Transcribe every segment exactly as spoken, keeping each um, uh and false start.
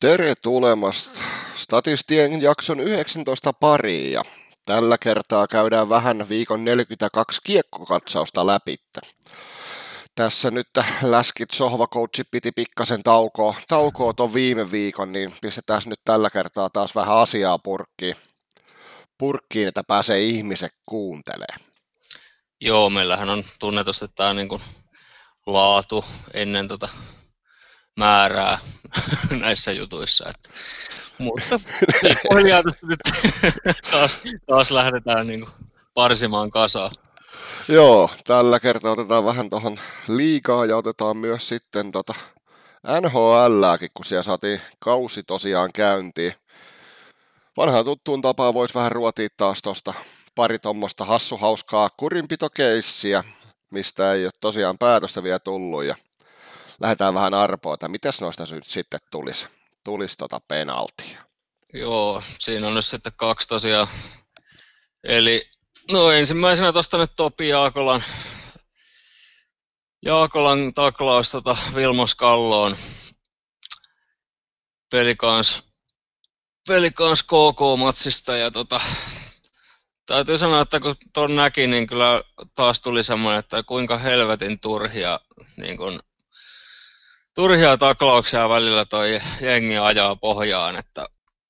Tere tulemasta Statistien jakson yhdeksäntoista pariin ja tällä kertaa käydään vähän viikon neljäkymmentäkaksi kiekkokatsausta läpi. Tässä nyt läskit sohvakoutsi piti pikkasen taukoa, taukoa ton viime viikon, niin pistetään nyt tällä kertaa taas vähän asiaa purkkiin, purkkiin että pääsee ihmiset kuuntelemaan. Joo, meillähän on tunnetusti tämä niin kuin laatu ennen tota määrää näissä jutuissa. Että, mutta pikkuhiljaa nyt taas, taas lähdetään niin kuin parsimaan kasaan. Joo, tällä kertaa otetaan vähän tuohon liigaa ja otetaan myös sitten tota N H L:ääkin, kun siellä saatiin kausi tosiaan käyntiin. Vanhaan tuttuun tapaan voisi vähän ruotia taas tuosta pari tuommoista hassuhauskaa kurinpitokeissiä, mistä ei ole tosiaan päätöstä vielä tullut, ja lähdetään vähän arpoa, että mitäs noista nyt sitten tulisi, tulisi tota penaltia. Joo, siinä on nyt sitten kaksi tosiaan. Eli no ensimmäisenä tuosta nyt Topi Jaakolan, Jaakolan taklaus tota Vilmos Kalloon. Pelikans, pelikans K K-matsista ja tota, täytyy sanoa, että kun ton näki, niin kyllä taas tuli semmoinen, että kuinka helvetin turhia, niin kun, turhia taklauksia välillä toi jengi ajaa pohjaan, että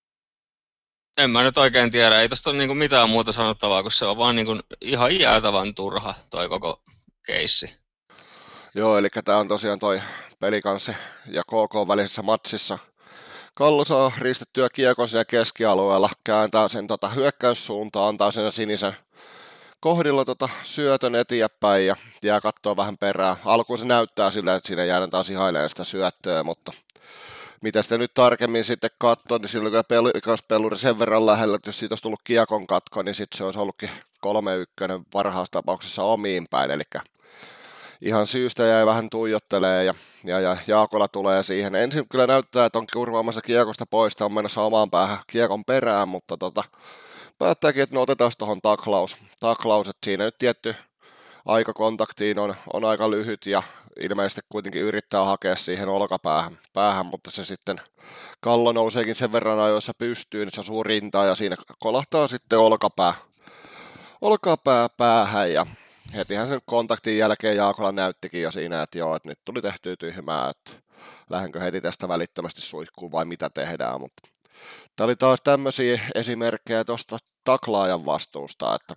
en mä nyt oikein tiedä, ei tosta ole niin mitään muuta sanottavaa, kun se on vaan niin ihan jäätävän turha toi koko keissi. Joo, eli tää on tosiaan toi Pelikanssi ja K K välisessä matsissa. Kallo saa riistettyä kiekon siinä keskialueella, kääntää sen tota hyökkäyssuuntaan, antaa sen sinisen kohdilla tota syötön eteenpäin ja jää katsoa vähän perään. Alkuun se näyttää sillä, että siinä jäädään taas ihailemaan sitä syöttöä, mutta mitä sitä nyt tarkemmin sitten katsoo, niin silloin kun Peluri sen verran lähellä, että jos siitä olisi tullut kiekon katko, niin sitten se olisi ollutkin kolme yksi parhaassa tapauksessa omiin päin, eli ihan syystä jäi vähän tuijottelee ja, ja, ja Jaakola tulee siihen. Ensin kyllä näyttää, että on kurvaamassa kiekosta pois, on menossa omaan päähän kiekon perään, mutta tota, päättääkin, että no otetaan tuohon taklaus, taklaus, että siinä nyt tietty aika kontaktiin on, on aika lyhyt ja ilmeisesti kuitenkin yrittää hakea siihen olkapäähän, päähän, mutta se sitten Kallo nouseekin sen verran ajoissa pystyyn, että se osuu rintaan ja siinä kolahtaa sitten olkapää, olkapää päähän ja hetihän sen kontaktin jälkeen Jaakola näyttikin jo siinä, että joo, että nyt tuli tehtyä tyhmää, että lähdenkö heti tästä välittömästi suihkuun vai mitä tehdään, mutta tämä oli taas tämmöisiä esimerkkejä tuosta taklaajan vastuusta, että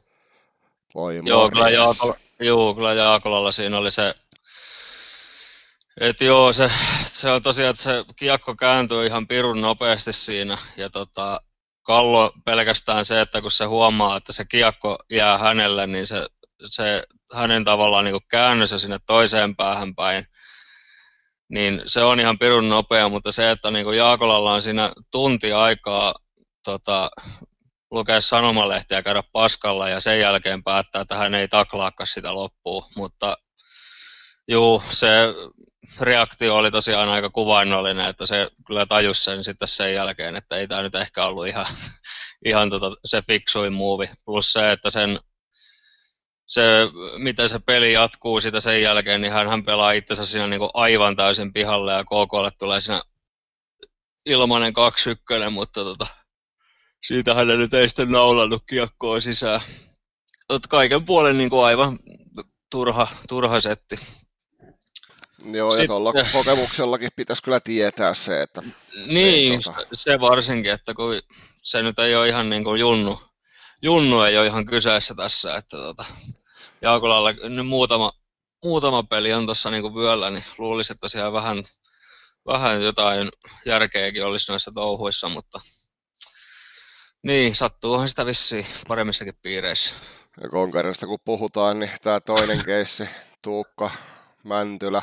voi Joo, kyllä, Jaakola, joo, kyllä Jaakolalla siinä oli se, että joo, se, se on tosiaan, että se kiekko kääntyy ihan pirun nopeasti siinä, ja tota, Kallo pelkästään se, että kun se huomaa, että se kiekko jää hänelle, niin se, se hänen tavallaan niin kuin käännös sinne toiseen päähän päin, niin se on ihan pirun nopea, mutta se, että niin kuin Jaakolalla on siinä tunti aikaa tota, lukea sanomalehtiä ja käydä paskalla ja sen jälkeen päättää, että hän ei taklaakaan sitä loppuun, mutta juu, se reaktio oli tosiaan aika kuvainnollinen, että se kyllä tajusi sen sitten sen jälkeen, että ei tämä nyt ehkä ollut ihan, ihan tota, se fiksuin muuvi, plus se, että sen se, miten se peli jatkuu sitä sen jälkeen, niin hän pelaa itsensä siinä niin kuin aivan täysin pihalle ja K K:lle tulee siinä ilmainen kaksi yksi, mutta tota, siitä hän nyt ei sitten naulannut kiekkoa sisään. Mutta kaiken puolen niin kuin aivan turha, turha setti. Joo, ja tuolla kokemuksellakin pitäisi kyllä tietää se, että niin, ei, tota... se varsinkin, että kun se nyt ei ole ihan niin kuin junnu, junnu ei ole ihan kyseessä tässä, että tota, Jaakolalla nyt muutama, muutama peli on tuossa niin kuin vyöllä, niin luulisin, että siellä vähän, vähän jotain järkeäkin olisi noissa touhuissa, mutta niin, sattuuhan sitä vissiin paremmissakin piireissä. Ja Konkarista kun puhutaan, niin tämä toinen keissi, Tuukka Mäntylä,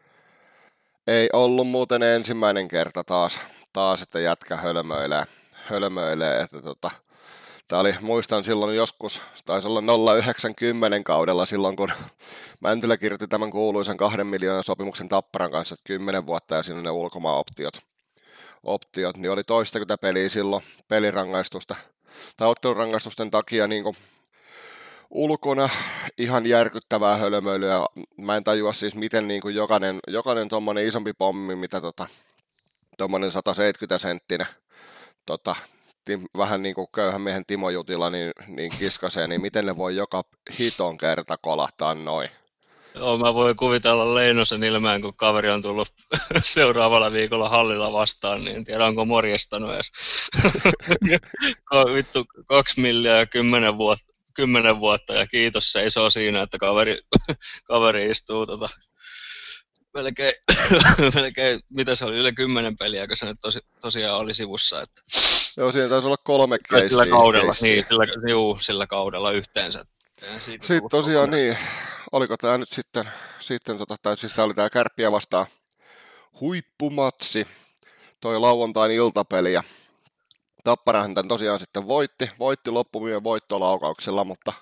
ei ollut muuten ensimmäinen kerta taas, taas että jätkä hölmöilee, hölmöilee että tota, tämä oli, muistan silloin joskus, taisi olla nolla yhdeksän kymmenen kaudella silloin, kun Mäntylä kirjoitti tämän kuuluisan kahden miljoonan sopimuksen Tapparan kanssa, että kymmenen vuotta ja siinä ne ulkomaan-optiot, optiot, niin oli toistakymmentä peliä silloin pelirangaistusta, tai ottelurangaistusten takia niin kuin ulkona ihan järkyttävää hölmöilyä. Mä en tajua siis, miten niin kuin jokainen, jokainen tommonen isompi pommi, mitä tota tuommoinen sataseitsemänkymmentä senttinen, tota, tim, vähän niin kuin köyhän miehen Timo Jutila, niin, niin kiskasee, niin miten ne voi joka hiton kerta kolahtaa noin? Joo, mä voin kuvitella Leinosen ilmeen, kun kaveri on tullut seuraavalla viikolla hallilla vastaan, niin en tiedä onko morjestanut edes. Vittu, kaksi milliä ja kymmenen vuotta, kymmenen vuotta ja kiitos seisoo siinä, että kaveri, kaveri istuu tota, melkein, melkein, mitä se oli, yli kymmenen peliä, kun se nyt tosi, tosiaan oli sivussa. Että... Joo, siinä taisi olla kolme keissiä. Sillä kaudella, niin, sillä, juu, sillä kaudella yhteensä. Sitten tosiaan niin, oliko tämä nyt sitten, sitten tota, tai siis tämä oli tämä Kärppiä vastaan huippumatsi, toi lauantain iltapeli, ja Tapparahan tämän tosiaan sitten voitti, voitti loppumien voittolaukauksella, mutta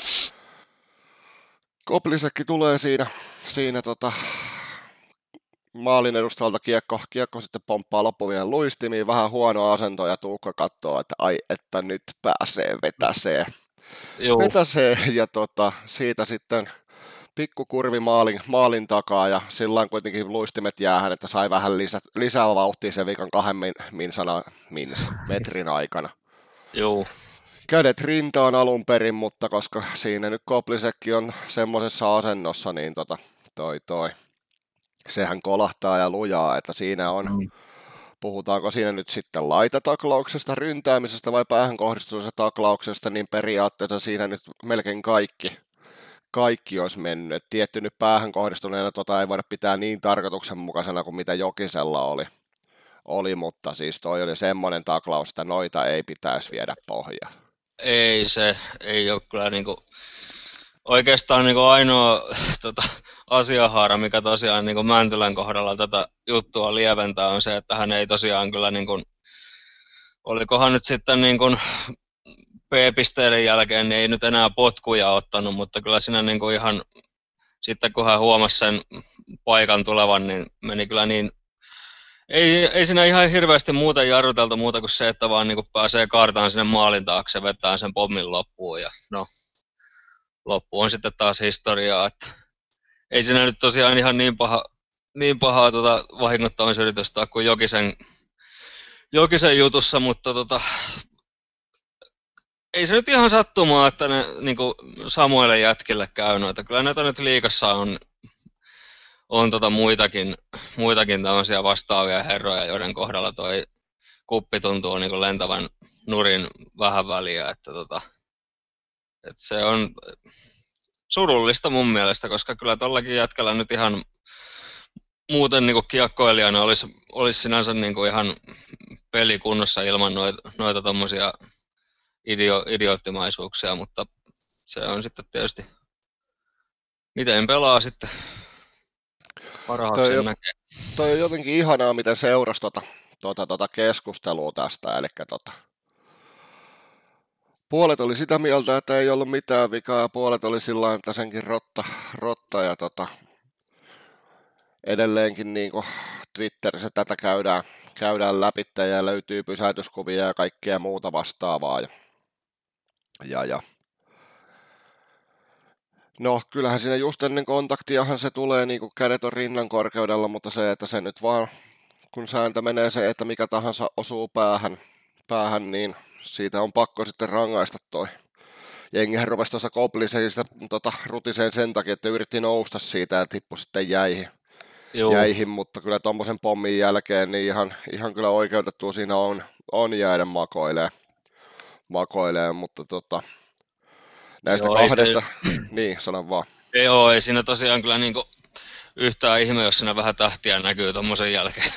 Koplisekki tulee siinä, siinä tota, maalin edustalta kiekko, kiekko sitten pomppaa loppumien luistimiin, vähän huono asento ja Tuukka katsoo, että ai, että nyt pääsee, vetäsee. Joo. Vetäsee ja tota, siitä sitten pikku kurvi maalin, maalin takaa ja sillä kuitenkin luistimet jäähän, että sai vähän lisä, lisää vauhtia sen viikon kahden min, minsana, mins, metrin aikana. Joo. Kädet rintaan alun perin, mutta koska siinä nyt Koplisekki on semmoisessa asennossa, niin tota, toi toi, sehän kolahtaa ja lujaa, että siinä on, mm. puhutaanko siinä nyt sitten laitataklauksesta, ryntäämisestä vai päähän kohdistuneesta taklauksesta, niin periaatteessa siinä nyt melkein kaikki, kaikki olisi mennyt. Tietty nyt päähän kohdistuneena tota ei voida pitää niin tarkoituksenmukaisena kuin mitä Jokisella oli, oli mutta siis toi oli semmoinen taklaus, että noita ei pitäisi viedä pohjaan. Ei se, ei ole kyllä niinku, oikeastaan niinku ainoa tota, asiahaara, mikä tosiaan niinku Mäntylän kohdalla tätä juttua lieventää, on se, että hän ei tosiaan kyllä, niinku, olikohan nyt sitten niinku P-pisteiden jälkeen, niin ei nyt enää potkuja ottanut, mutta kyllä siinä niinku ihan, sitten kun hän huomasi sen paikan tulevan, niin meni kyllä niin, ei, ei siinä ihan hirveästi muuta jarruteltu muuta kuin se, että vaan niinku pääsee kaartaan sinne maalin taakse, vetää sen pommin loppuun ja no, loppu on sitten taas historiaa, että ei siinä nyt tosiaan ihan niin paha, niin pahaa tota vahingoittamisyritystä kuin Jokisen, Jokisen jutussa, mutta tota, ei se nyt ihan sattumaa, että ne niinku samoille jätkille käy noita. Kyllä näitä nyt liigassa on, on tota muitakin, muitakin tämmöisiä vastaavia herroja, joiden kohdalla toi kuppi tuntuu niinku lentävän nurin vähän väliä, että tota, et se on surullista mun mielestä, koska kyllä tollakin jätkällä nyt ihan muuten niinku kiekkoilijana olisi, olisi sinänsä niinku ihan pelikunnossa ilman noita, noita tommosia idio, idioottimaisuuksia, mutta se on sitten tietysti, miten pelaa sitten parhaaksi sen näkee. Toi on jotenkin ihanaa, miten seurasi tota, tota, tota keskustelua tästä, eli tota, puolet oli sitä mieltä, että ei ollut mitään vikaa, ja puolet oli sillä että senkin rotta, rotta ja tota, edelleenkin niin kuin Twitterissä tätä käydään, käydään läpi ja löytyy pysäytyskuvia ja kaikkea muuta vastaavaa. Ja, ja, ja. No kyllähän siinä just ennen kontaktiahan se tulee niin kuin kädet on rinnan korkeudella, mutta se, että se nyt vaan, kun sääntö menee se, että mikä tahansa osuu päähän, päähän niin siitä on pakko sitten rangaista toi. Jengihän rupesi tuossa Kopliseista tota, rutiseen sen takia, että yritti nousta siitä ja tippui sitten jäihin. jäihin mutta kyllä tuommoisen pommin jälkeen niin ihan, ihan kyllä oikeutettua siinä on, on jäädä makoilemaan, makoilemaan mutta tota, näistä Joo, kahdesta, se... niin sanon vaan. Joo, ei siinä tosiaan kyllä niinku yhtään ihme, jos siinä vähän tähtiä näkyy tuommoisen jälkeen.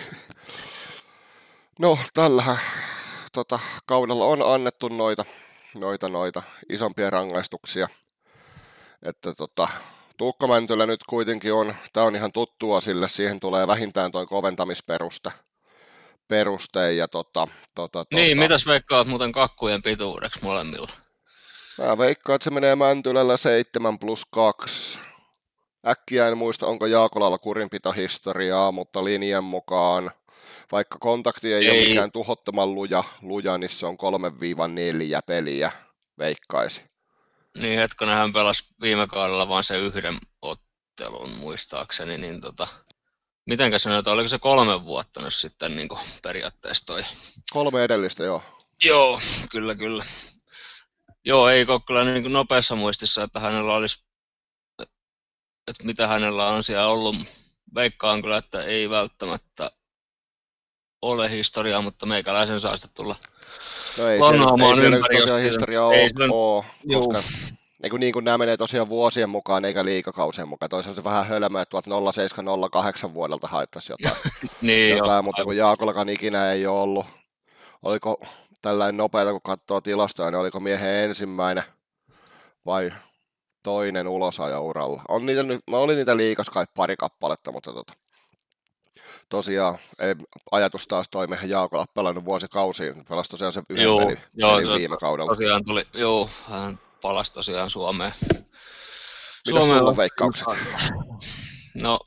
No tällähän tota, kaudella on annettu noita, noita, noita isompia rangaistuksia, että tota, Tuukka Mäntylä nyt kuitenkin on, tämä on ihan tuttua sille, siihen tulee vähintään tuo koventamisperuste peruste, ja tota, tota, Niin, tota, mitäs veikkaat muuten kakkujen pituudeksi molemmilla? Mä veikkaan, että se menee Mäntylällä seitsemän plus kaksi. Äkkiä en muista, onko Jaakolalla kurinpitohistoriaa, mutta linjan mukaan, vaikka kontakti ei, ei. ole mikään tuhottoman luja, luja, niin se on kolme neljä peliä, veikkaisi. Niin, hetkonen hän pelasi viime kaudella vain se yhden ottelun muistaakseni, niin tota, mitenkä se nyt, oliko se kolme vuotta nyt sitten niin kuin periaatteessa toi? Kolme edellistä, joo. Joo, kyllä, kyllä. Joo, ei ole kyllä niin kuin nopeassa muistissa, että hänellä olisi, että mitä hänellä on siellä ollut. Veikkaan kyllä, että ei välttämättä ole historiaa, mutta meikäläisen saa sitten tulla No ei siellä, ei siellä ympäri, tosiaan jos historiaa ole, ei sillä- ole Juu. koska niin kuin, niin kuin nämä menee tosiaan vuosien mukaan eikä liikakausien mukaan. Toisaalta se vähän hölmöä, että tuolta nolla seitsemän nolla kahdeksan vuodelta haettaisiin jotain, Niin, jotain joo. mutta kun Jaakollakaan ikinä ei ole ollut. Oliko tällainen nopeata, kun katsoo tilastoja, niin oliko miehen ensimmäinen vai toinen ulosajo uralla? On niitä nyt, mä olin niitä liikas kai pari kappaletta, mutta tota, tosiaan ei, ajatus taas toi mehän Jaakolla pelannut vuosikausiin. Pelasi tosiaan se yhden Joo, pelin, joo, pelin se viime kaudella. Tosiaan tuli, joo, hän palasi tosiaan Suomeen. Mitä sulla on veikkaukset? No,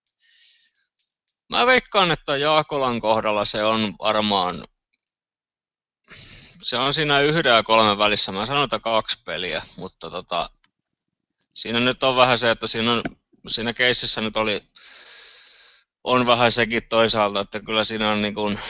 mä veikkaan, että Jaakolan kohdalla se on varmaan, se on siinä yhden ja kolmen välissä, mä sanon, että kaksi peliä, mutta tota, siinä nyt on vähän se, että siinä, on, siinä keississä nyt oli, on vähän sekin toisaalta, että kyllä siinä on niin kuin,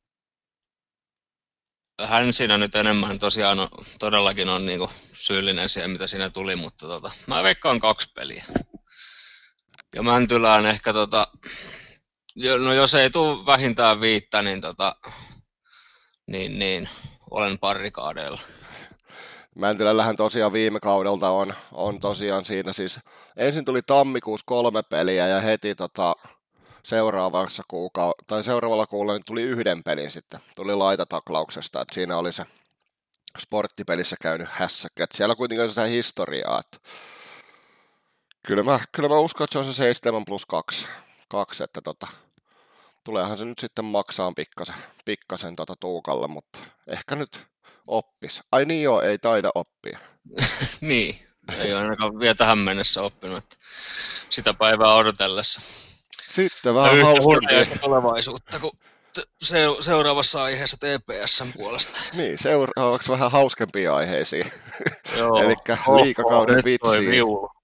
hän siinä nyt enemmän tosiaan on, todellakin on niin kuin syyllinen siihen, mitä siinä tuli, mutta tota, mä veikkaan kaksi peliä. Ja Mäntylään ehkä, tota, no jos ei tule vähintään viittä, niin, tota, niin, niin olen parrikaadeilla. Mäntylällähän tosiaan viime kaudelta on, on tosiaan siinä siis, ensin tuli tammikuussa kolme peliä ja heti tota, seuraavassa kuukau- tai seuraavalla kuulla niin tuli yhden pelin sitten, tuli laitataklauksesta, että siinä oli se sporttipelissä käynyt hässäkkä, että siellä kuitenkin on sitä historiaa, että kyllä mä, kyllä mä uskon, että se on se seitsemän plus kaksi, kaksi että tota, tuleehan se nyt sitten maksaan pikkasen, pikkasen tota Tuukalle, mutta ehkä nyt oppis. Ai niin joo, ei taida oppia. Niin, ei ole ainakaan vielä tähän mennessä oppinut, että sitä päivää odotellessa. Sitten vähän hauskempi. Tulevaisuutta kuin se, seuraavassa aiheessa T P S:n puolesta. Niin, seuraavaksi vähän hauskempia aiheisiin. Joo. Elikkä liigakauden vitsiin.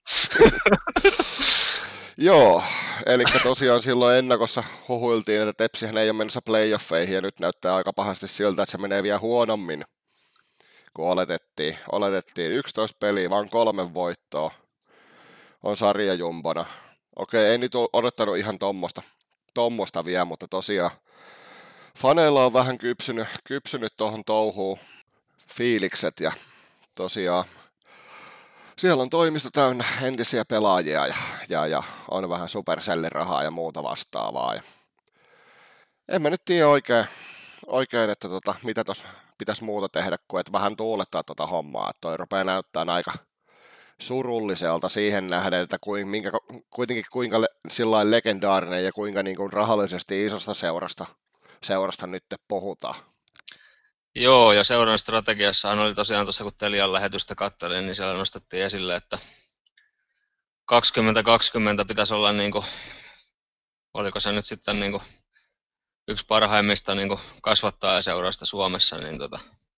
Joo, eli tosiaan silloin ennakossa huhuiltiin, että Tepsihän ei ole menossa playoffeihin ja nyt näyttää aika pahasti siltä, että se menee vielä huonommin kuin oletettiin. Oletettiin yksitoista peliä, vaan kolme voittoa on sarjajumpana. Okei, ei nyt ole odottanut ihan tommosta, tommosta vielä, mutta tosiaan faneilla on vähän kypsynyt, kypsynyt tuohon touhuun fiilikset ja tosiaan siellä on toimisto täynnä entisiä pelaajia ja, ja, ja on vähän Supercellin-rahaa ja muuta vastaavaa. Ja en mä nyt tiedä oikein, oikein että tota, mitä tuossa pitäisi muuta tehdä, kuin että vähän tuulettaa tuota hommaa. Että toi rupeaa näyttämään aika surulliselta siihen nähden, että kuin, minkä, kuitenkin kuinka le, sillain legendaarinen ja kuinka niin kuin rahallisesti isosta seurasta, seurasta nyt puhutaan. Joo, ja seuran strategiassahan oli tosiaan tuossa, kun Telian lähetystä katselin, niin siellä nostettiin esille, että kaksikymmentä kaksikymmentä pitäisi olla, niin kuin, oliko se nyt sitten niin kuin, yksi parhaimmista niin kuin kasvattajaseuroista Suomessa, niin tota,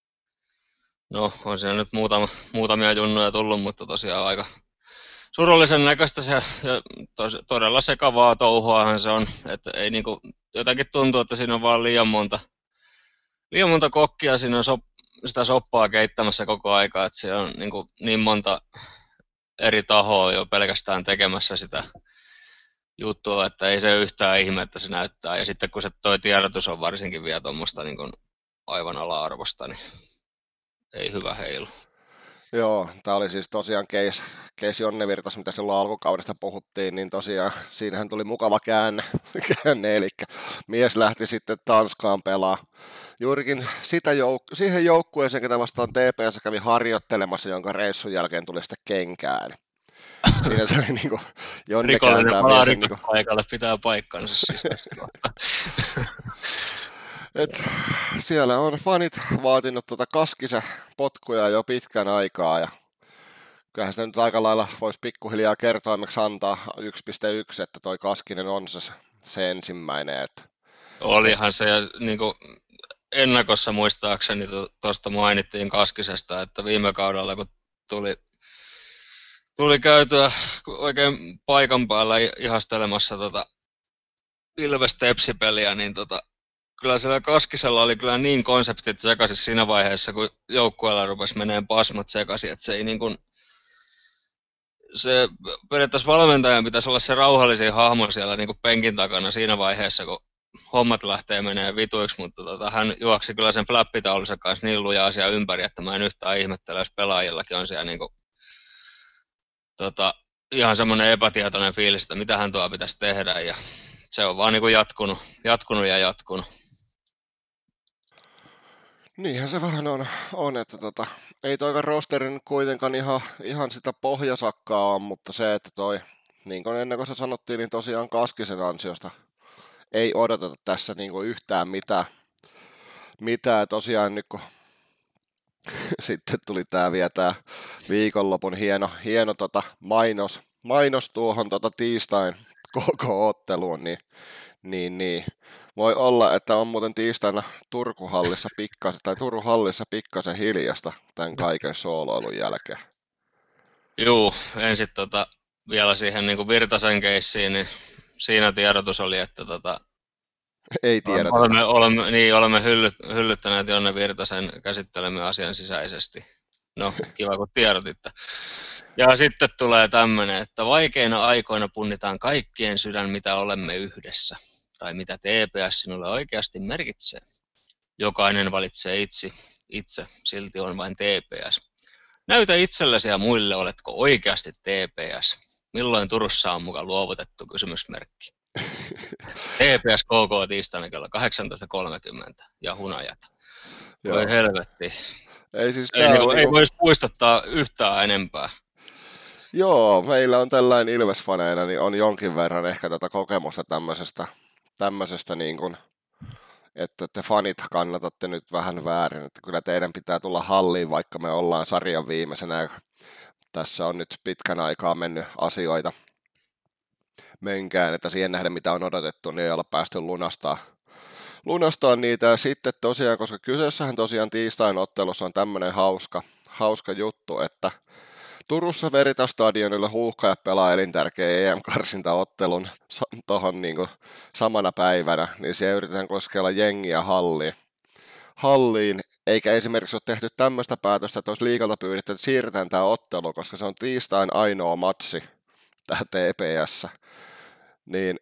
no on siinä nyt muutama, muutamia junnuja tullut, mutta tosiaan aika surullisen näköistä se, ja tos, todella sekavaa touhuahan se on, että ei niin kuin, jotenkin tuntuu, että siinä on vaan liian monta Liian monta kokkia siinä on sop, sitä soppaa keittämässä koko aika, että siellä on niin, kuin, niin monta eri tahoa jo pelkästään tekemässä sitä juttua, että ei se yhtään ihme, että se näyttää. Ja sitten kun se toi tiedotus on varsinkin vielä tuommoista niin kuin aivan ala-arvosta, niin ei hyvä heilu. Joo, tämä oli siis tosiaan case, case Jonne Virtas, mitä silloin alkukaudesta puhuttiin, niin tosiaan siinähän tuli mukava käänne, käänne eli mies lähti sitten Tanskaan pelaa. Juurikin sitä jouk- siihen joukkueeseen, ketä vastaan T P S kävi harjoittelemassa, jonka reissun jälkeen tuli sitten kenkään. Siinä se oli niin kuin Jonne Rikollinen kääntää palaa mies. Niin paikalle, pitää paikkansa siis. Et siellä on fanit vaatinut tuota Kaskisen potkuja jo pitkän aikaa ja kyllähän sitä nyt aika lailla voisi pikkuhiljaa kertoimeksi antaa yksi pilkku yksi, että toi Kaskinen on se, se ensimmäinen. Että olihan se ja niin kuin ennakossa muistaakseni tuosta mainittiin Kaskisesta, että viime kaudella kun tuli, tuli käytyä oikein paikan päällä ihastelemassa tota Ilves-Tepsi-peliä, niin tota, kyllä siellä Kaskisella oli kyllä niin konseptit sekaisin siinä vaiheessa, kun joukkueella rupesi meneen pasmat sekaisin, että se ei niin kuin, se periaatteessa valmentajan pitäisi olla se rauhallisin hahmo siellä niin kuin penkin takana siinä vaiheessa, kun hommat lähtee menee vituiksi, mutta tota, hän juoksi kyllä sen flappitaulunsa kanssa niin lujaa asiaa ympäri, että mä en yhtään ihmettele, jos pelaajillakin on siellä niin kuin, tota, ihan semmoinen epätietoinen fiilis, että mitä hän tuo pitäisi tehdä, ja se on vaan niin kuin jatkunut, jatkunut ja jatkunut. Niinhän se vähän on, on että tota, ei toikaan rosterin kuitenkaan ihan, ihan sitä pohjasakkaa ole, mutta se, että toi, niin kuin ennen kuin se sanottiin, niin tosiaan Kaskisen ansiosta ei odoteta tässä niin kuin yhtään mitään. mitään. Tosiaan nyt kun sitten tuli tää vielä tää viikonlopun hieno, hieno tota mainos, mainos tuohon tota tiistain koko otteluun, niin, niin, niin voi olla, että on muuten tiistaina Turkuhallissa pikkasen, tai Turun hallissa pikkasen hiljasta tämän kaiken sooloilun jälkeen. Juu, ensin tota, vielä siihen niin kuin Virtasen keissiin, niin siinä tiedotus oli, että tota, Ei tiedoteta. olemme, olemme, niin, olemme hyllyt, hyllyttäneet Jonne Virtasen käsittelemme asian sisäisesti. No, kiva kun tiedotitte. Ja sitten tulee tämmöinen, että vaikeina aikoina punnitaan kaikkien sydän, mitä olemme yhdessä, tai mitä T P S sinulle oikeasti merkitsee. Jokainen valitsee itse, itse, silti on vain T P S. Näytä itsellesi ja muille, oletko oikeasti T P S. Milloin Turussa on mukaan luovutettu kysymysmerkki? T P S K K tiistaina kello kahdeksantoista kolmekymmentä ja hunajat. Voi Joo. helvetti. Ei, siis Ei, tää niinku, on ei niinku, voisi puistottaa yhtään enempää. joo, meillä on tällainen Ilves-faneina, niin on jonkin verran ehkä tätä kokemusta tämmöisestä, tämmöisestä niin kuin, että te fanit kannatatte nyt vähän väärin, että kyllä teidän pitää tulla halliin, vaikka me ollaan sarjan viimeisenä. Tässä on nyt pitkän aikaa mennyt asioita mönkään, että siihen nähden mitä on odotettu, niin ei olla päästy lunastaa, lunastaa niitä. Ja sitten tosiaan, koska kyseessähän tosiaan tiistain ottelussa on tämmöinen hauska, hauska juttu, että Turussa Veritas-stadionilla Huuhkajat pelaa elintärkeä E M-karsintaottelun tuohon niin samana päivänä, niin siellä yritetään koskella jengiä halliin. halliin, eikä esimerkiksi ole tehty tämmöistä päätöstä, että olisi liikalta pyydetty, että siirretään tämä ottelu, koska se on tiistain ainoa matsi tähän T P S. Niin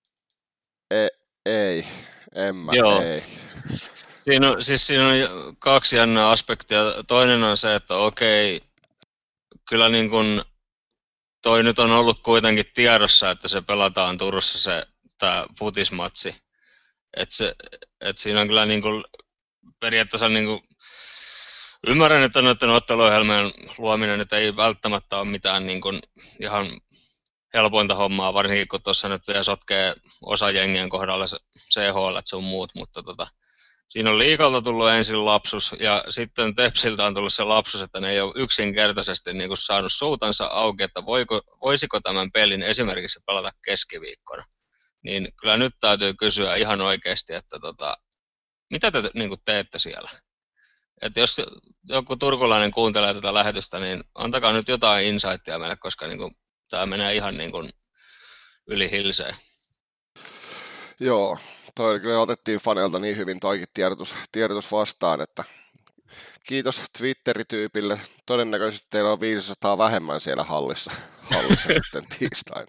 e, ei, en mä, Joo. ei. Siinä on, siis siinä on kaksi jännää aspektia. Toinen on se, että okei, kyllä niin kuin toi nyt on ollut kuitenkin tiedossa, että se pelataan Turussa se tää futismatsi. Et se, et siinä on kyllä niin kuin periaatteessa niin kuin, ymmärrän, että noiden otteluohjelmien luominen nyt ei välttämättä ole mitään niin kuin ihan helpointa hommaa, varsinkin kun tuossa nyt vielä sotkee osa jengien kohdalla se C H L sun muut, mutta tota, siinä on liikalta tullut ensin lapsus ja sitten Tepsiltä on tullut se lapsus, että ne ei ole yksinkertaisesti niin kuin saanut suutansa auki, että voiko, voisiko tämän pelin esimerkiksi pelata keskiviikkona. Niin kyllä nyt täytyy kysyä ihan oikeasti, että tota, mitä te niin kuin teette siellä? Että jos joku turkulainen kuuntelee tätä lähetystä, niin antakaa nyt jotain insightia meille, koska niin kuin, tämä menee ihan niin kuin yli hilseen. Joo, toi kyllä otettiin fanelta niin hyvin toikin tiedotus, tiedotus vastaan, että kiitos Twitter-tyypille. Todennäköisesti teillä on viisisataa vähemmän siellä hallissa, hallissa sitten tiistain.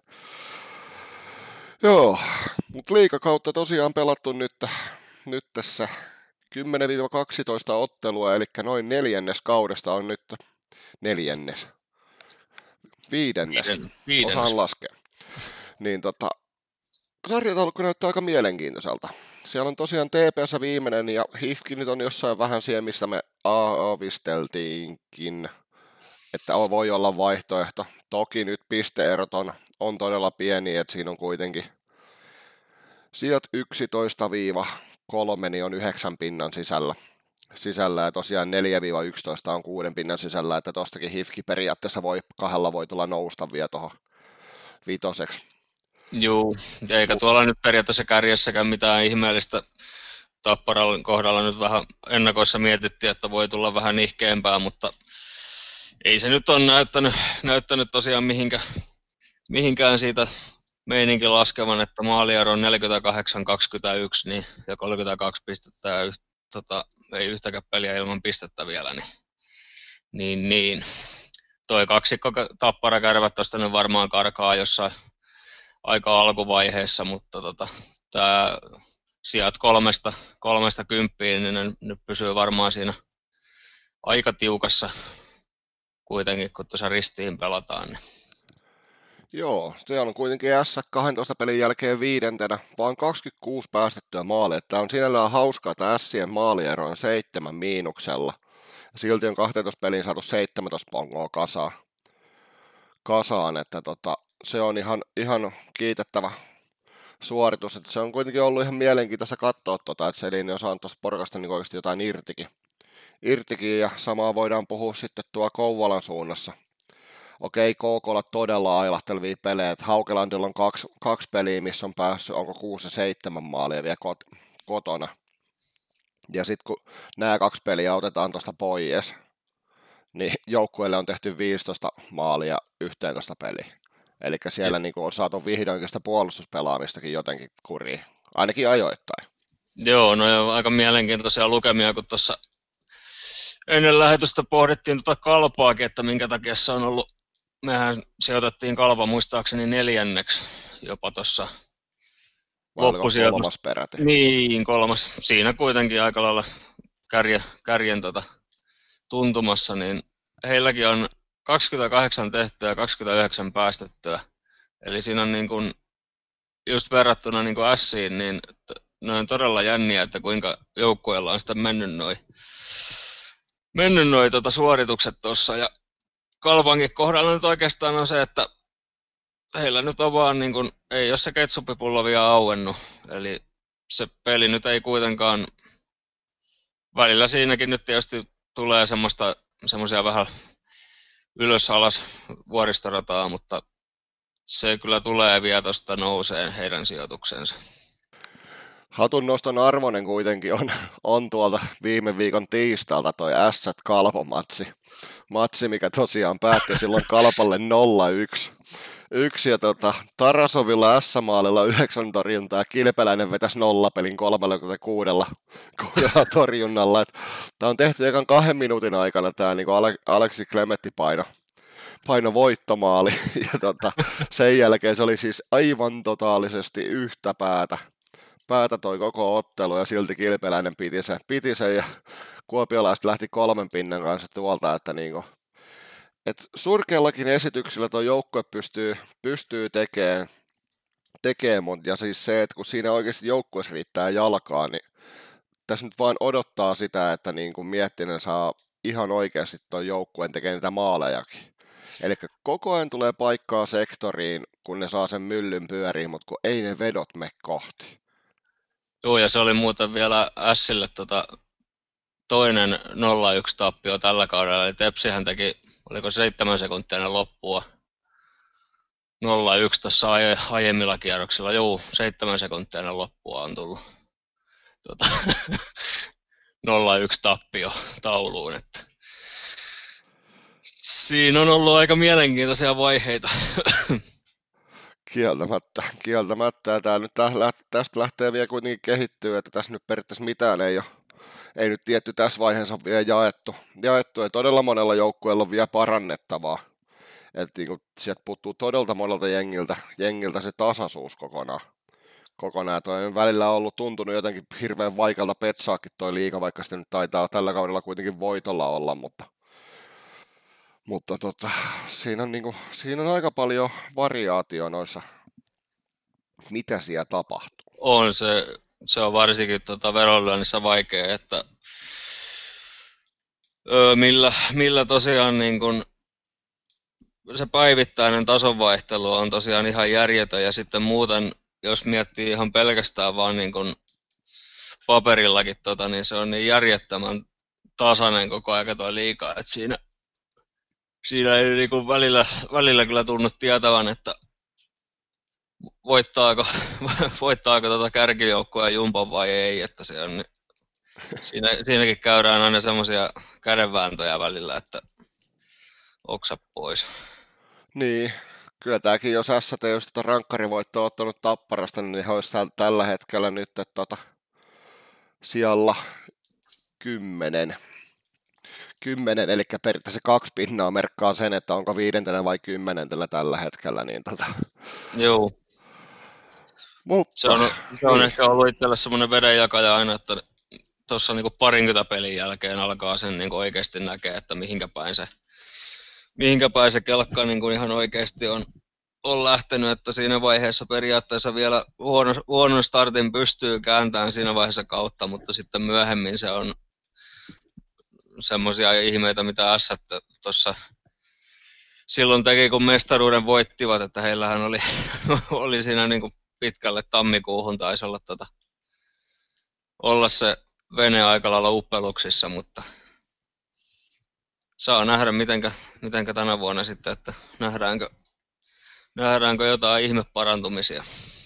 Joo, mutta liigakautta tosiaan pelattu nyt, nyt tässä kymmenen kaksitoista ottelua, eli noin neljännes kaudesta on nyt neljännes. Viidennes, Viiden, viidennes. osaan laskea. Niin tota, sarjataulukko näyttää aika mielenkiintoiselta. Siellä on tosiaan T P S viimeinen ja H I F K nyt on jossain vähän siellä, missä me aavisteltiinkin, että voi olla vaihtoehto. Toki nyt pisteerot on, on todella pieni, että siinä on kuitenkin sijat yksitoista kolme niin on yhdeksän pinnan sisällä. sisällä ja tosiaan neljä yksitoista on kuuden pinnan sisällä, että tostakin H I F K periaatteessa voi, kahdella voi tulla nousta vielä tuohon vitoseksi. Juu, eikä tuolla nyt periaatteessa kärjessäkään mitään ihmeellistä. Tapparan kohdalla nyt vähän ennakoissa mietittiin, että voi tulla vähän nihkeämpää, mutta ei se nyt ole näyttänyt, näyttänyt tosiaan mihinkä, mihinkään siitä meininki laskevan, että maaliero on neljäkymmentäkahdeksan kaksikymmentäyksi niin, ja kolmekymmentäkaksi pistettä ja yht, tota, ei yhtäkään peliä ilman pistettä vielä, niin, niin, niin. Toi kaksikko Tappara Kärpät tosta nyt varmaan karkaa jossain aika alkuvaiheessa, mutta tota, tämä sijat kolmesta, kolmesta kymppiin, niin ne nyt pysyy varmaan siinä aika tiukassa kuitenkin, kun tuossa ristiin pelataan. Niin. Joo, se on kuitenkin S kaksitoista pelin jälkeen viidentenä, vaan kaksikymmentäkuusi päästettyä maalia. Tämä on sinällään hauskaa, että Sien maaliero on seitsemän miinuksella. Silti on kaksitoista peliin saatu seitsemäntoista pongoa kasaan. kasaan että tota, se on ihan, ihan kiitettävä suoritus. Että se on kuitenkin ollut ihan mielenkiintoista katsoa, tota, että Selin on saanut tuosta porukasta niin oikeasti jotain irtikin. irtikin. Ja samaa voidaan puhua sitten tuo Kouvolan suunnassa. Okei, K K:lla todella ailahtelevia pelejä. Haukelandilla on kaksi, kaksi peliä, missä on päässyt, onko kuusi ja seitsemän maalia vielä kot, kotona. Ja sitten kun nämä kaksi peliä otetaan tuosta pois, niin joukkueelle on tehty viisitoista maalia yhteentoista peliä. Eli siellä niin on saatu vihdoinkin sitä puolustuspelaamistakin jotenkin kuriin, ainakin ajoittain. Joo, no ja aika mielenkiintoisia lukemia, kun tuossa ennen lähetystä pohdittiin tuota Kalpaakin, että minkä takia se on ollut, mehän sijoitettiin Kalpa muistaakseni neljänneksi jopa tuossa loppusijoitus. Kolmas peräti. Niin, kolmas. Siinä kuitenkin aika lailla kärje, kärjen tota tuntumassa, niin heilläkin on kaksikymmentäkahdeksan tehtyä ja kaksikymmentäyhdeksän päästettyä. Eli siinä on niin kuin, just verrattuna niin kuin Siin, niin ne on todella jänniä, että kuinka joukkueella on sitten mennyt noin mennyt noi, tota, suoritukset tuossa. Ja Kalpankin kohdalla nyt oikeastaan on se, että heillä nyt on vaan, niin kuin, ei ole se ketsuppipullo vielä auennut. Eli se peli nyt ei kuitenkaan, välillä siinäkin nyt tietysti tulee semmoista, semmoisia vähän ylös-alas vuoristorataa, mutta se kyllä tulee vielä tuosta nouseen heidän sijoituksensa. Hatunnoston arvoinen kuitenkin on, on tuolta viime viikon tiistailta toi Ässät-Kalpo-matsi. Matsi, mikä tosiaan päättyi silloin Kalpalle nolla yksi. Yksi ja tota, Tarasovilla S-maalilla yhdeksän torjuntaa, Kilpeläinen vetäisi nollapelin kolmekymmentäkuusi torjunnalla. Tämä on tehty ekan kahden minuutin aikana tämä niin Aleksi Klemetti paino, paino voittomaali. Ja tota, sen jälkeen se oli siis aivan totaalisesti yhtä päätä. päätä toi koko ottelu ja silti Kilpeläinen piti sen, piti sen ja kuopiolaiset lähti kolmen pinnan kanssa tuolta, että niinku, et surkeallakin esityksillä tuo joukkue pystyy, pystyy tekemään, tekee, ja siis se, että kun siinä oikeasti joukkueessa riittää jalkaa, niin tässä nyt vaan odottaa sitä, että niinku Miettinen saa ihan oikeasti tuon joukkueen tekemään niitä maalejakin. Eli koko ajan tulee paikkaa sektoriin, kun ne saa sen myllyn pyöriin, mutta kun ei ne vedot me kohti. Joo, ja se oli muuten vielä Sille tota, toinen nolla yksi tappio tällä kaudella, eli Tepsihän teki, oliko seitsemän sekuntia ennen loppua, nolla yksi tuossa aie, aiemmilla kierroksilla, joo, seitsemän sekuntia ennen loppua on tullut tota, nolla yksi tappio tauluun, että siinä on ollut aika mielenkiintoisia vaiheita. Kieltämättä, kieltämättä. Ja tää nyt tästä lähtee vielä kuitenkin kehittyä, että tässä nyt periaatteessa mitään ei ole, ei nyt tietty tässä vaiheessa vielä jaettu. jaettu. Ja todella monella joukkueella on vielä parannettavaa. Että niinku sieltä puuttuu todella monelta jengiltä, jengiltä se tasaisuus kokonaan. kokonaan. Toi on välillä ollut tuntunut jotenkin hirveän vaikealta petsaakin toi liiga, vaikka sitten nyt taitaa tällä kaudella kuitenkin voitolla olla, mutta Mutta tota, siinä, on niinku, siinä on aika paljon variaatio noissa, mitä siellä tapahtuu. On se, se on varsinkin tota vedonlyönnissä vaikea, että öö, millä, millä tosiaan niin kun, se päivittäinen tasonvaihtelu on tosiaan ihan järjetön ja sitten muuten, jos miettii ihan pelkästään vaan niin kun paperillakin, tota, niin se on niin järjettömän tasainen koko ajan toi liiga, että siinä Siinä ei niin välillä, välillä kyllä tunnu tietävän, että voittaako, voittaako tuota kärkijoukkoa Jumpan vai ei, että se on, siinä, siinäkin käydään aina semmoisia kädenvääntöjä välillä, että oksa pois. Niin, Kyllä tämäkin, jos S T olisi tätä rankkarivoittoa ottanut Tapparasta, niin he olisi tällä hetkellä nyt tota, sijalla kymmenen. Kymmenen, eli periaatteessa kaksi pinnaa merkkaa sen, että onko viidentenä vai kymmenentenä tällä hetkellä. Niin tota. Joo. Mutta, se on, se on niin. ehkä ollut itselle semmoinen vedenjakaja aina, että tuossa niin parinkymmentä pelin jälkeen alkaa sen niin oikeasti näkee, että mihinkä päin se, mihinkä päin se kelkka niin ihan oikeasti on, on lähtenyt, että siinä vaiheessa periaatteessa vielä huono, huonon startin pystyy kääntämään siinä vaiheessa kautta, mutta sitten myöhemmin se on semmoisia ihmeitä, mitä S tuossa silloin teki, kun mestaruuden voittivat, että heillähän oli, oli siinä niin kuin pitkälle tammikuuhun taisi olla, tota, olla se vene aika lailla uppeluksissa, mutta saa nähdä, mitenkä, mitenkä tänä vuonna sitten, että nähdäänkö, nähdäänkö jotain ihmeparantumisia.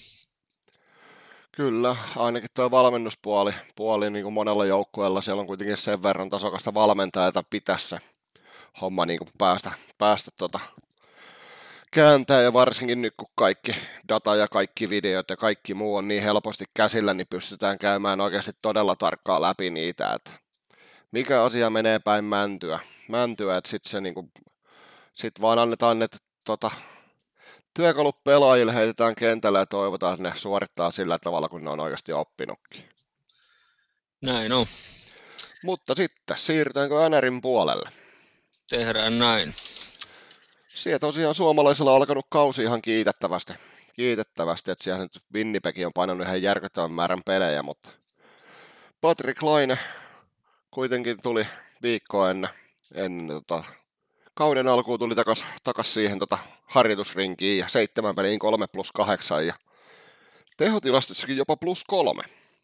Kyllä, ainakin tuo valmennuspuoli puoli, niin kuin monella joukkueella, siellä on kuitenkin sen verran tasokasta valmentajaa, että pitäisi se homma niin kuin päästä, päästä tota, kääntää, ja varsinkin nyt kun kaikki data ja kaikki videot ja kaikki muu on niin helposti käsillä, niin pystytään käymään oikeasti todella tarkkaan läpi niitä, että mikä asia menee päin mäntyä, mäntyä että sitten se niin kuin, sit vaan annetaan ne tota, työkalut pelaajille, heitetään kentällä ja toivotaan, että ne suorittaa sillä tavalla, kun ne on oikeasti oppinutkin. Näin on. Mutta sitten, siirrytäänkö N R:n puolelle? Tehdään näin. Siellä tosiaan suomalaisilla on alkanut kausi ihan kiitettävästi, kiitettävästi että siellä nyt Winnipeg on painanut ihan järkyttävän määrän pelejä, mutta Patrick Laine kuitenkin tuli viikkoa ennen, ennen tota, kauden alkuun tuli takas, takas siihen tota, harjoitusrinkiin ja seitsemän peliin kolme plus kahdeksan ja tehotilastossakin jopa plus kolme.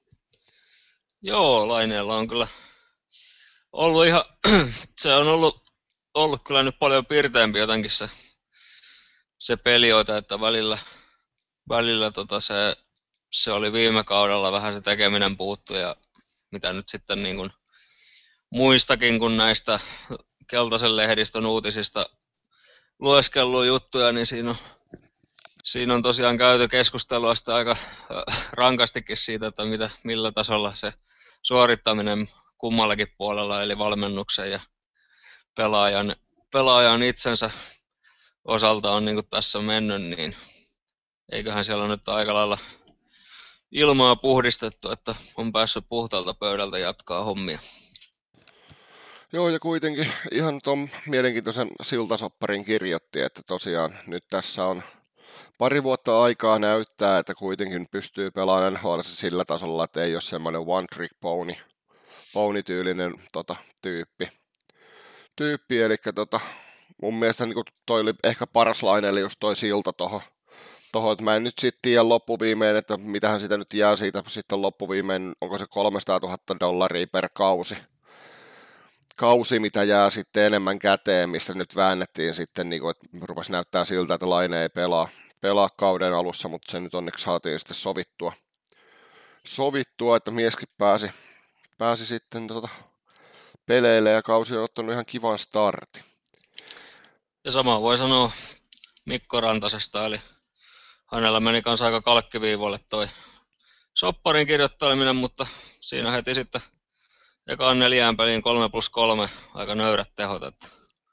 Joo, Laineella on kyllä ollut ihan, se on ollut, ollut kyllä nyt paljon pirteämpi jotenkin se, se pelioita, että välillä, välillä tota se, se oli viime kaudella vähän se tekeminen puuttu ja mitä nyt sitten niin kuin muistakin kuin näistä keltaisen lehdistön uutisista lueskellut juttuja, niin siinä on, siinä on tosiaan käyty keskustelua sitä aika rankastikin siitä, että mitä, millä tasolla se suorittaminen kummallakin puolella, eli valmennuksen ja pelaajan, pelaajan itsensä osalta on niin kuin tässä mennyt, niin eiköhän siellä nyt aika lailla ilmaa puhdistettu, että on päässyt puhtaalta pöydältä jatkaa hommia. Joo, ja kuitenkin ihan tuon mielenkiintoisen siltasopparin kirjoitti, että tosiaan nyt tässä on pari vuotta aikaa näyttää, että kuitenkin pystyy pelaamaan N H L sillä tasolla, että ei ole semmoinen one trick pony, pony-tyylinen tota, tyyppi. tyyppi. Eli tota, mun mielestä niin toi oli ehkä paras laine, eli just toi silta tohon. Toho, että mä en nyt sitten tiedä loppuviimein, että mitähän sitä nyt jää siitä sitten loppuviimein, onko se kolmesataatuhatta dollaria per kausi. Kausi, mitä jää sitten enemmän käteen, mistä nyt väännettiin sitten, niin kuin, että rupesi näyttää siltä, että Laine ei pelaa, pelaa kauden alussa, mutta se nyt onneksi saatiin sitten sovittua, sovittua että mieskin pääsi, pääsi sitten tota peleille ja kausi on ottanut ihan kivan startin. Ja sama voi sanoa Mikko Rantasesta, eli hänellä meni kanssa aika kalkkiviivoille toi sopparin kirjoitteleminen, mutta siinä heti sitten ekaan neljään peliin kolme plus kolme, aika nöyrät tehot. Että.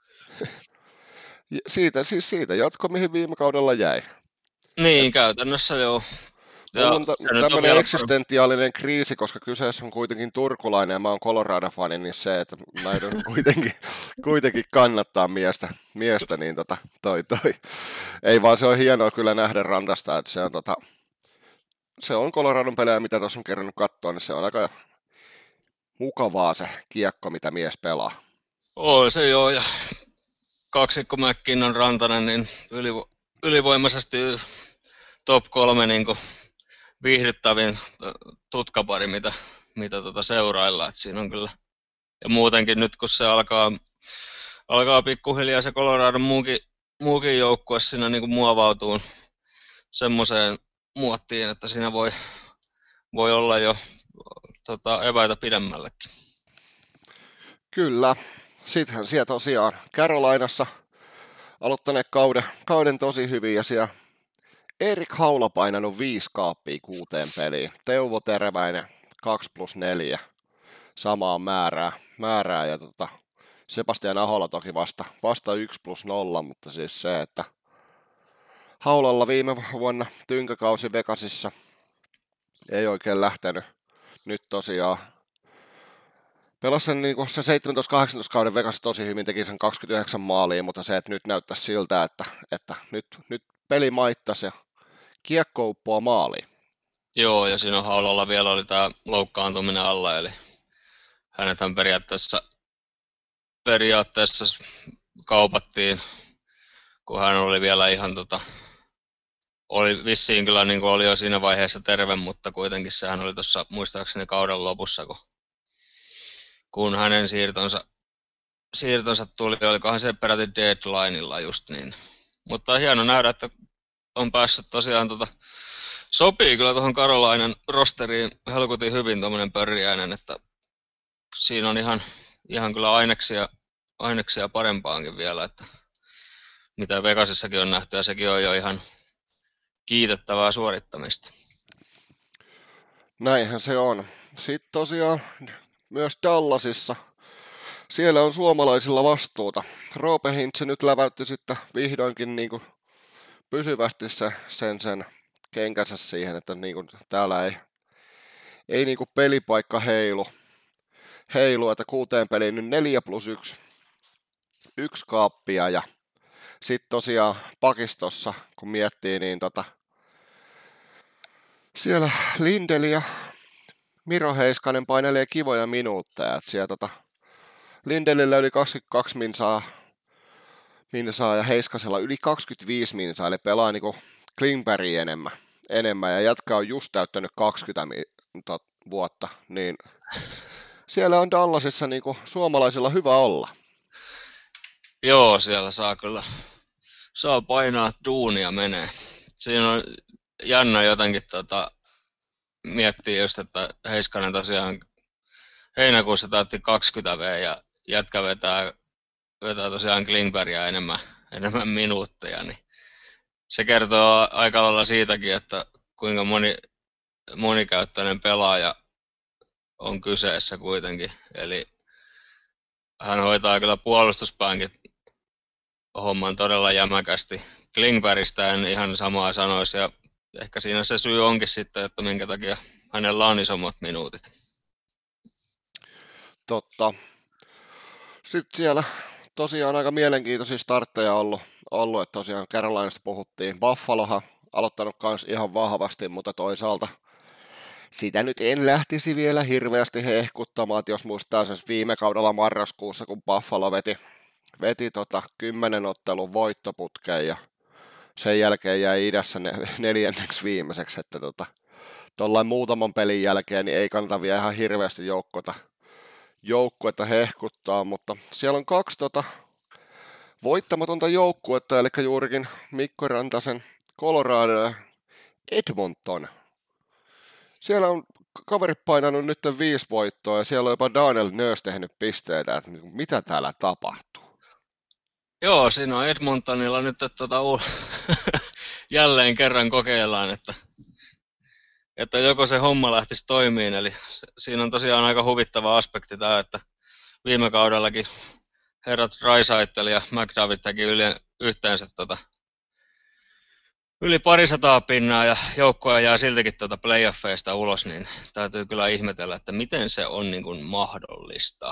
Siitä, siis siitä jatko, mihin viime kaudella jäi. Niin, käytännössä joo. Mulla on t- tämmöinen eksistentiaalinen kriisi, koska kyseessä on kuitenkin turkulainen ja mä oon Colorado-fani, niin se, että mä yritän kuitenkin, kuitenkin kannattaa miestä, miestä niin tota, toi toi. Ei vaan se on hienoa kyllä nähdä Rantasta, että se on, tota, se on Coloradon pelejä, mitä tuossa on kerännyt katsoa, niin se on aika mukavaa se kiekko, mitä mies pelaa. Oi se joo, ja kaksikko McKinnon Rantanen, niin ylivo- ylivoimaisesti top kolme niin kuin viihdyttävin tutkapari, mitä, mitä tuota seuraillaan. Et siinä on kyllä, ja muutenkin nyt kun se alkaa, alkaa pikkuhiljaa se Coloradon muukin, muukin joukkue siinä niin kuin muovautuu semmoiseen muottiin, että siinä voi, voi olla jo tota, eväitä pidemmällekin. Kyllä. Sittenhän siellä tosiaan Carolinassa aloittaneet kauden, kauden tosi hyvin ja siellä Erik Haula painanut viisi kaappia kuuteen peliin. Teuvo Terväinen kaksi plus neljä samaa määrää, määrää ja tota, Sebastian Ahola toki vasta, vasta yksi plus nolla, mutta siis se, että Haulalla viime vuonna tynkäkausi Vegasissa ei oikein lähtenyt. Nyt tosiaan pelasi sen, niin se seitsemäntoista kahdeksantoista kauden Vegas tosi hyvin, teki sen kaksikymmentäyhdeksän maalia, mutta se, että nyt näyttäisi siltä, että, että nyt, nyt peli maittasi ja kiekko uppoaa maaliin. Joo, ja siinä Haulalla vielä oli tämä loukkaantuminen alla, eli hänethän periaatteessa, periaatteessa kaupattiin, kun hän oli vielä ihan tota, oli vissiin kyllä niin kuin oli jo siinä vaiheessa terve, mutta kuitenkin sehän oli tuossa muistaakseni kauden lopussa, kun, kun hänen siirtonsa, siirtonsa tuli, olikohan se peräti deadlineilla just niin. Mutta hieno nähdä, että on päässyt tosiaan, tota, sopii kyllä tuohon Carolinan rosteriin helkutin hyvin tuommoinen Pörriäinen, että siinä on ihan, ihan kyllä aineksia, aineksia parempaankin vielä, että mitä Vegasissakin on nähty, ja sekin on jo ihan kiitettävää suorittamista. Näinhän se on. Sitten tosiaan myös Dallasissa. Siellä on suomalaisilla vastuuta. Roope Hintze nyt läväytti sitten vihdoinkin niin kuin pysyvästi se, sen, sen kenkänsä siihen, että niin kuin täällä ei, ei niin kuin pelipaikka heilu. heilu, että kuuteen peliin nyt neljä plus yksi, yksi kaappia ja sitten tosiaan pakistossa, kun miettii, niin tota, siellä Lindeli ja Miro Heiskanen painelee kivoja minuutteja. Et siellä tota, Lindelillä yli kaksikymmentäkaksi minsaa, minsaa ja Heiskasella yli kaksikymmentäviisi minsaa, eli pelaa niinku Klingbergia enemmän, enemmän. Ja jätkä on just täyttänyt kaksikymmentä vuotta, niin siellä on Dallasissa niinku suomalaisilla hyvä olla. Joo, siellä saa kyllä, saa painaa duunia menee. Siinä on jännä jotenkin tota, miettiä just, että Heiskanen tosiaan heinäkuussa täytti kaksikymmentä vuotta ja jätkä vetää, vetää tosiaan Klingbergia enemmän, enemmän minuutteja, niin se kertoo aika lailla siitäkin, että kuinka moni, monikäyttöinen pelaaja on kyseessä kuitenkin. Eli hän hoitaa kyllä puolustuspäänkin homman todella jämäkästi. Klingbergistä en ihan samaa sanoisi, ja ehkä siinä se syy onkin sitten, että minkä takia hänellä on isommat minuutit. Totta. Sitten siellä tosiaan aika mielenkiintoisia startteja ollut, ollut että tosiaan Carolinasta puhuttiin. Buffalohan aloittanut kans ihan vahvasti, mutta toisaalta sitä nyt en lähtisi vielä hirveästi hehkuttamaan, että jos muistaa sen viime kaudella marraskuussa, kun Buffalo veti, veti tota kymmenen ottelun voittoputkeen ja sen jälkeen jäi idässä neljänneksi viimeiseksi, että tota, tuollain muutaman pelin jälkeen niin ei kannata vielä ihan hirveästi joukkuetta, joukkuetta hehkuttaa, mutta siellä on kaksi tota, voittamatonta joukkuetta, eli juurikin Mikko Rantasen Colorado ja Edmonton. Siellä on kaverit painanut nyt viisi voittoa ja siellä on jopa Daniel Nurse tehnyt pisteitä, että mitä täällä tapahtuu. Joo, siinä on Edmontonilla nyt, että tota, jälleen kerran kokeillaan, että, että joko se homma lähtisi toimiin. Eli siinä on tosiaan aika huvittava aspekti tämä, että viime kaudellakin herrat Draisaitl ja McDavid teki yli, yhteensä tota, yli parisataa pinnaa ja joukkoja jää siltikin tuota playoffeista ulos, niin täytyy kyllä ihmetellä, että miten se on niin kuin mahdollista.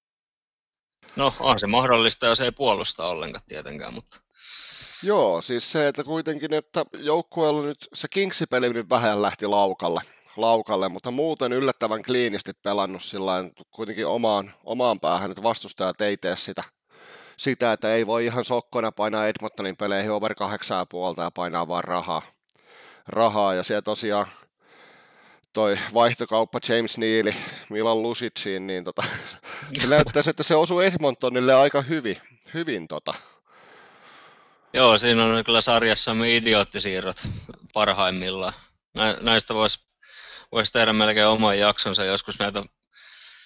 No, on se mahdollista, jos ei puolusta ollenkaan tietenkään, mutta... Joo, siis se, että kuitenkin, että joukkueella nyt se Kingsi-peli nyt vähän lähti laukalle, laukalle, mutta muuten yllättävän kliinisti pelannut sillain kuitenkin omaan, omaan päähän, että vastustajat ei tee sitä, sitä, että ei voi ihan sokkona painaa Edmontonin peleihin over kahdeksan ja puolta ja painaa vaan rahaa, rahaa. Ja siellä tosiaan toi vaihtokauppa James Neal, Milan Lucicin, niin tota, se näyttäisi, että se osuu Edmontonille aika hyvin, hyvin tota. Joo, siinä on kyllä sarjassamme idioottisiirrot parhaimmillaan. Näistä voisi vois tehdä melkein oman jaksonsa, joskus näitä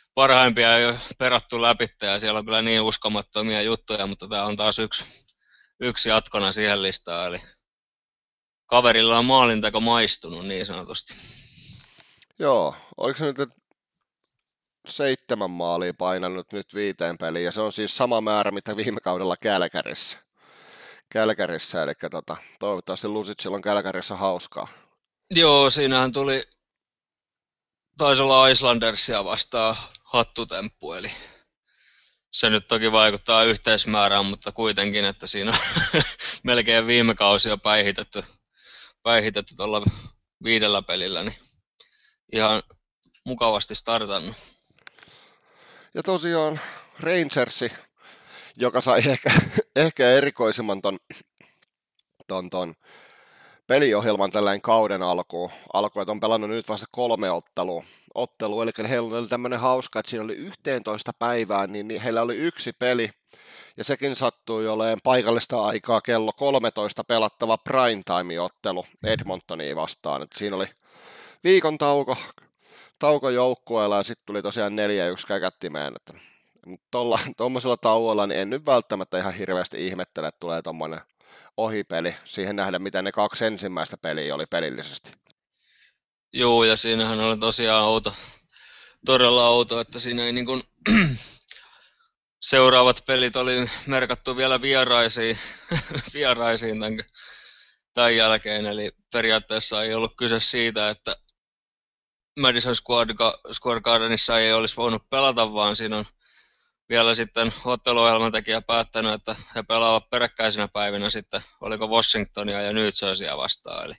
parhaimpia ei ole perattu läpi, ja siellä on kyllä niin uskomattomia juttuja, mutta tämä on taas yksi, yksi jatkona siihen listaan, eli kaverilla on maalinteko maistunut niin sanotusti. Joo, oliko se nyt että seitsemän maalia painanut nyt viiteen peliin, ja se on siis sama määrä, mitä viime kaudella Kälkärissä. Kälkärissä, eli tota, toivottavasti Lusicilla on Kälkärissä hauskaa. Joo, siinähän tuli, taisi olla Islandersia vastaan hattutemppu, eli se nyt toki vaikuttaa yhteismäärään, mutta kuitenkin, että siinä on melkein viime kausi jo päihitetty, päihitetty tuolla viidellä pelillä, niin ihan mukavasti startannut. Ja tosiaan Rangersi, joka sai ehkä, ehkä erikoisimman ton, ton, ton peliohjelman tällainen kauden alkuun, alku, että on pelannut nyt vasta kolme ottelua, ottelu, eli heillä oli tämmöinen hauska, että siinä oli yhteentoista päivää, niin, niin heillä oli yksi peli, ja sekin sattui olemaan paikallista aikaa kello kolmetoista pelattava primetime-ottelu Edmontoniin vastaan, että siinä oli viikon tauko, tauko joukkueella, ja sitten tuli tosiaan neljä yksi käkättimeen, että tuommoisella tauolla niin en nyt välttämättä ihan hirveästi ihmettele, että tulee tuommoinen ohipeli, siihen nähdä, mitä ne kaksi ensimmäistä peliä oli pelillisesti. Joo, ja siinähän oli tosiaan outo, todella outo, että siinä ei niin kuin seuraavat pelit oli merkattu vielä vieraisiin, vieraisiin tämän, tämän jälkeen, eli periaatteessa ei ollut kyse siitä, että Madison Square Gardenissa ei olisi voinut pelata, vaan siinä on vielä sitten otteluohjelmantekijä päättänyt, että he pelaavat peräkkäisinä päivinä sitten, oliko Washingtonia ja New Jerseyä vastaan. Eli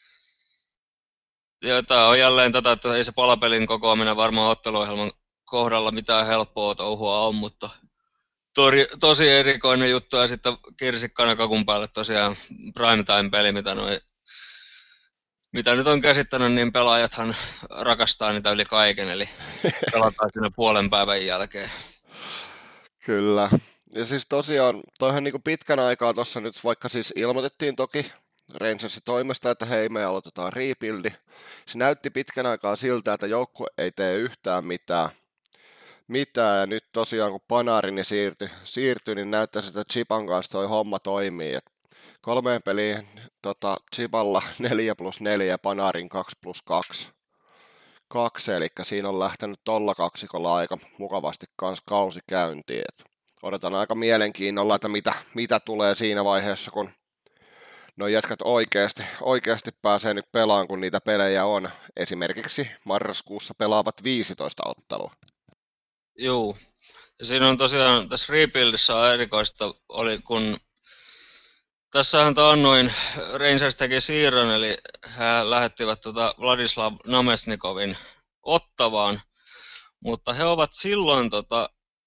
ja tämä on jälleen tätä, että ei se palapelin kokoaminen varmaan otteluohjelman kohdalla mitään helppoa touhua on, mutta tori, tosi erikoinen juttu. Ja sitten kirsikkana kakun päälle tosiaan primetime-peli, mitä, noi, mitä nyt on käsittänyt, niin pelaajathan rakastaa niitä yli kaiken, eli pelataan siinä puolen päivän jälkeen. Kyllä. Ja siis tosiaan, toihan niinku pitkän aikaa tuossa nyt, vaikka siis ilmoitettiin toki Rangersin toimesta, että hei, me aloitetaan rebuildi. Se näytti pitkän aikaa siltä, että joukkue ei tee yhtään mitään. mitään. Ja nyt tosiaan, kun Panarini siirtyi, siirtyi niin näyttäisi, että Chipan kanssa toi homma toimii. Et kolmeen peliin tota, Chipalla neljä plus neljä ja Panarin kaksi plus kaksi. Kaksi, eli siinä on lähtenyt tolla kaksikolla aika mukavasti kans kausi käyntiin. Et odotan aika mielenkiinnolla, että mitä, mitä tulee siinä vaiheessa, kun no jätkät oikeasti, oikeasti pääsee nyt pelaan, kun niitä pelejä on. Esimerkiksi marraskuussa pelaavat viisitoista ottelua. Joo. Ja siinä on tosiaan, tässä rebuildissa on erikoista, oli kun tässähän taannoin Rangers teki siirron, eli he lähettivät tuota Vladislav Namestnikovin Ottavaan, mutta he ovat silloin, tota,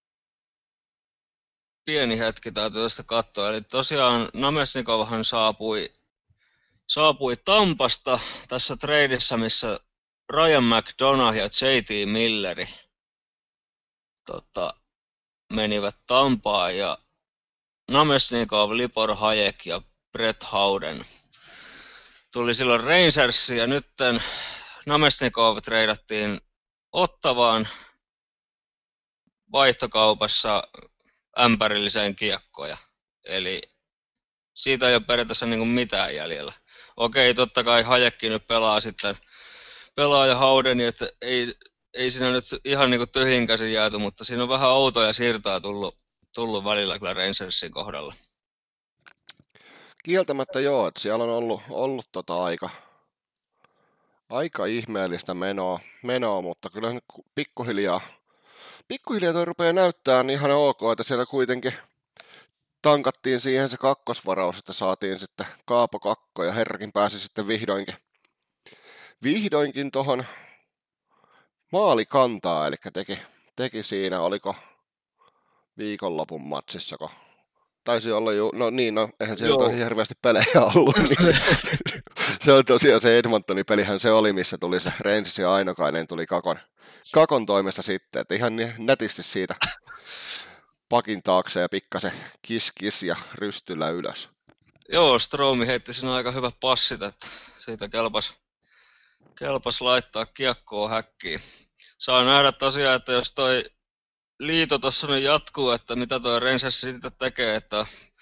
pieni hetki täytyy tästä katsoa, eli tosiaan Namestnikovhan saapui, saapui Tampasta tässä treidissä, missä Ryan McDonough ja J T Milleri tota, menivät Tampaan, ja Namestnikov, Libor Hajek ja Brett Howden tuli silloin Rangersiin, ja nyt Namestnikov treidattiin Ottavaan vaihtokaupassa ämpärilliseen kiekkoja. Eli siitä ei ole periaatteessa niin kuin mitään jäljellä. Okei, totta kai Hajekki nyt pelaa sitten pelaa ja Howdeni, että ei, ei siinä nyt ihan niin kuin tyhjin käsin jääty, mutta siinä on vähän outoja siirtoja tullut, tullut välillä kyllä Rangersin kohdalla. Kieltämättä joo, että siellä on ollut, ollut tota aika, aika ihmeellistä menoa, menoa, mutta kyllä nyt pikkuhiljaa, pikkuhiljaa toi rupeaa näyttämään ihan ok, että siellä kuitenkin tankattiin siihen se kakkosvaraus, että saatiin sitten Kaapo kakko ja herrakin pääsi sitten vihdoinkin, vihdoinkin tuohon maalikantaa, eli teki, teki siinä, oliko viikonlopun matsissako. Taisi olla jo, no niin, no eihän siellä ole hirveästi pelejä ollut, niin se on tosiaan se Edmontonin pelihän se oli, missä tuli se Rangersin ja Ainokainen tuli kakon, kakon toimesta sitten, että ihan nätisti siitä pakin taakse ja pikkasen kis kis ja rystyllä ylös. Joo, Stromi heitti siinä aika hyvät passit, että siitä kelpas, kelpas laittaa kiekkoa häkkiin. Saa nähdä tosiaan, että jos toi liito tuossa nyt jatkuu, että mitä toi Rangers sitten tekee, että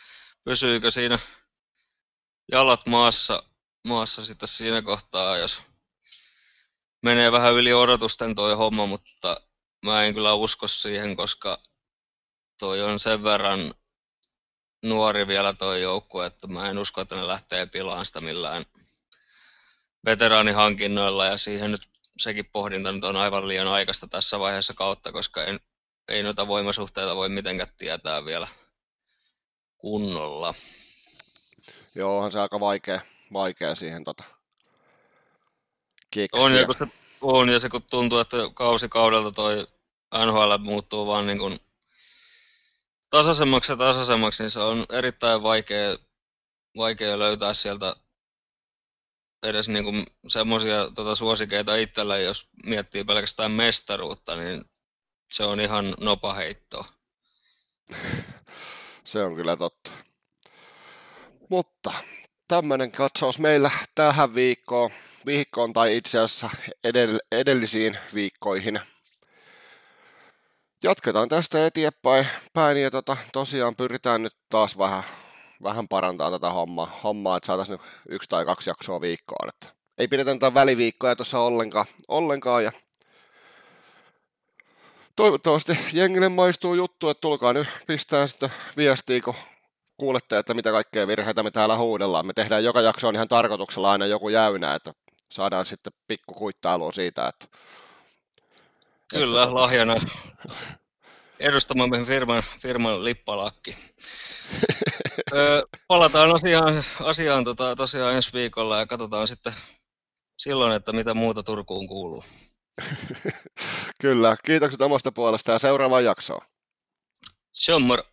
pysyykö siinä jalat maassa, maassa sitten siinä kohtaa, jos menee vähän yli odotusten toi homma, mutta mä en kyllä usko siihen, koska toi on sen verran nuori vielä toi joukkue, että mä en usko, että ne lähtee pilaan sitä millään veteraanihankinnoilla, ja siihen nyt sekin pohdinta nyt on aivan liian aikaista tässä vaiheessa kautta, koska en, ei noita voimasuhteita voi mitenkään tietää vielä kunnolla. Joo, onhan se aika vaikea, vaikea siihen tota, keksiä. On, ja kun se, on, ja se kun tuntuu, että kausi kaudelta toi N H L muuttuu vaan niin kuin tasaisemmaksi ja tasaisemmaksi, niin se on erittäin vaikea, vaikea löytää sieltä edes niin kuin semmoisia tota, suosikeita itsellä, jos miettii pelkästään mestaruutta, niin se on ihan nopaheittoa. Se on kyllä totta. Mutta tämmöinen katsaus meillä tähän viikkoon, viikkoon tai itse asiassa edell- edellisiin viikkoihin. Jatketaan tästä eteenpäin päin ja tota, tosiaan pyritään nyt taas vähän, vähän parantaa tätä hommaa, hommaa että saataisiin nyt yksi tai kaksi jaksoa viikkoon. Että ei pidetä tätä väliviikkoja tuossa ollenkaan, ollenkaan ja toivottavasti jengille maistuu juttu, että tulkaa nyt pistää sitten viestiä, kun kuulette, että mitä kaikkea virheitä me täällä huudellaan. Me tehdään joka jaksoon ihan tarkoituksella aina joku jäynä, että saadaan sitten pikku kuittailua siitä, että... Kyllä, että, lahjana edustamamme firman, firman lippalakki. Öö, palataan asiaan, asiaan tota, tosiaan ensi viikolla ja katsotaan sitten silloin, että mitä muuta Turkuun kuuluu. Kyllä, kiitokset omasta puolesta ja seuraavaan jaksoon. Se on moro.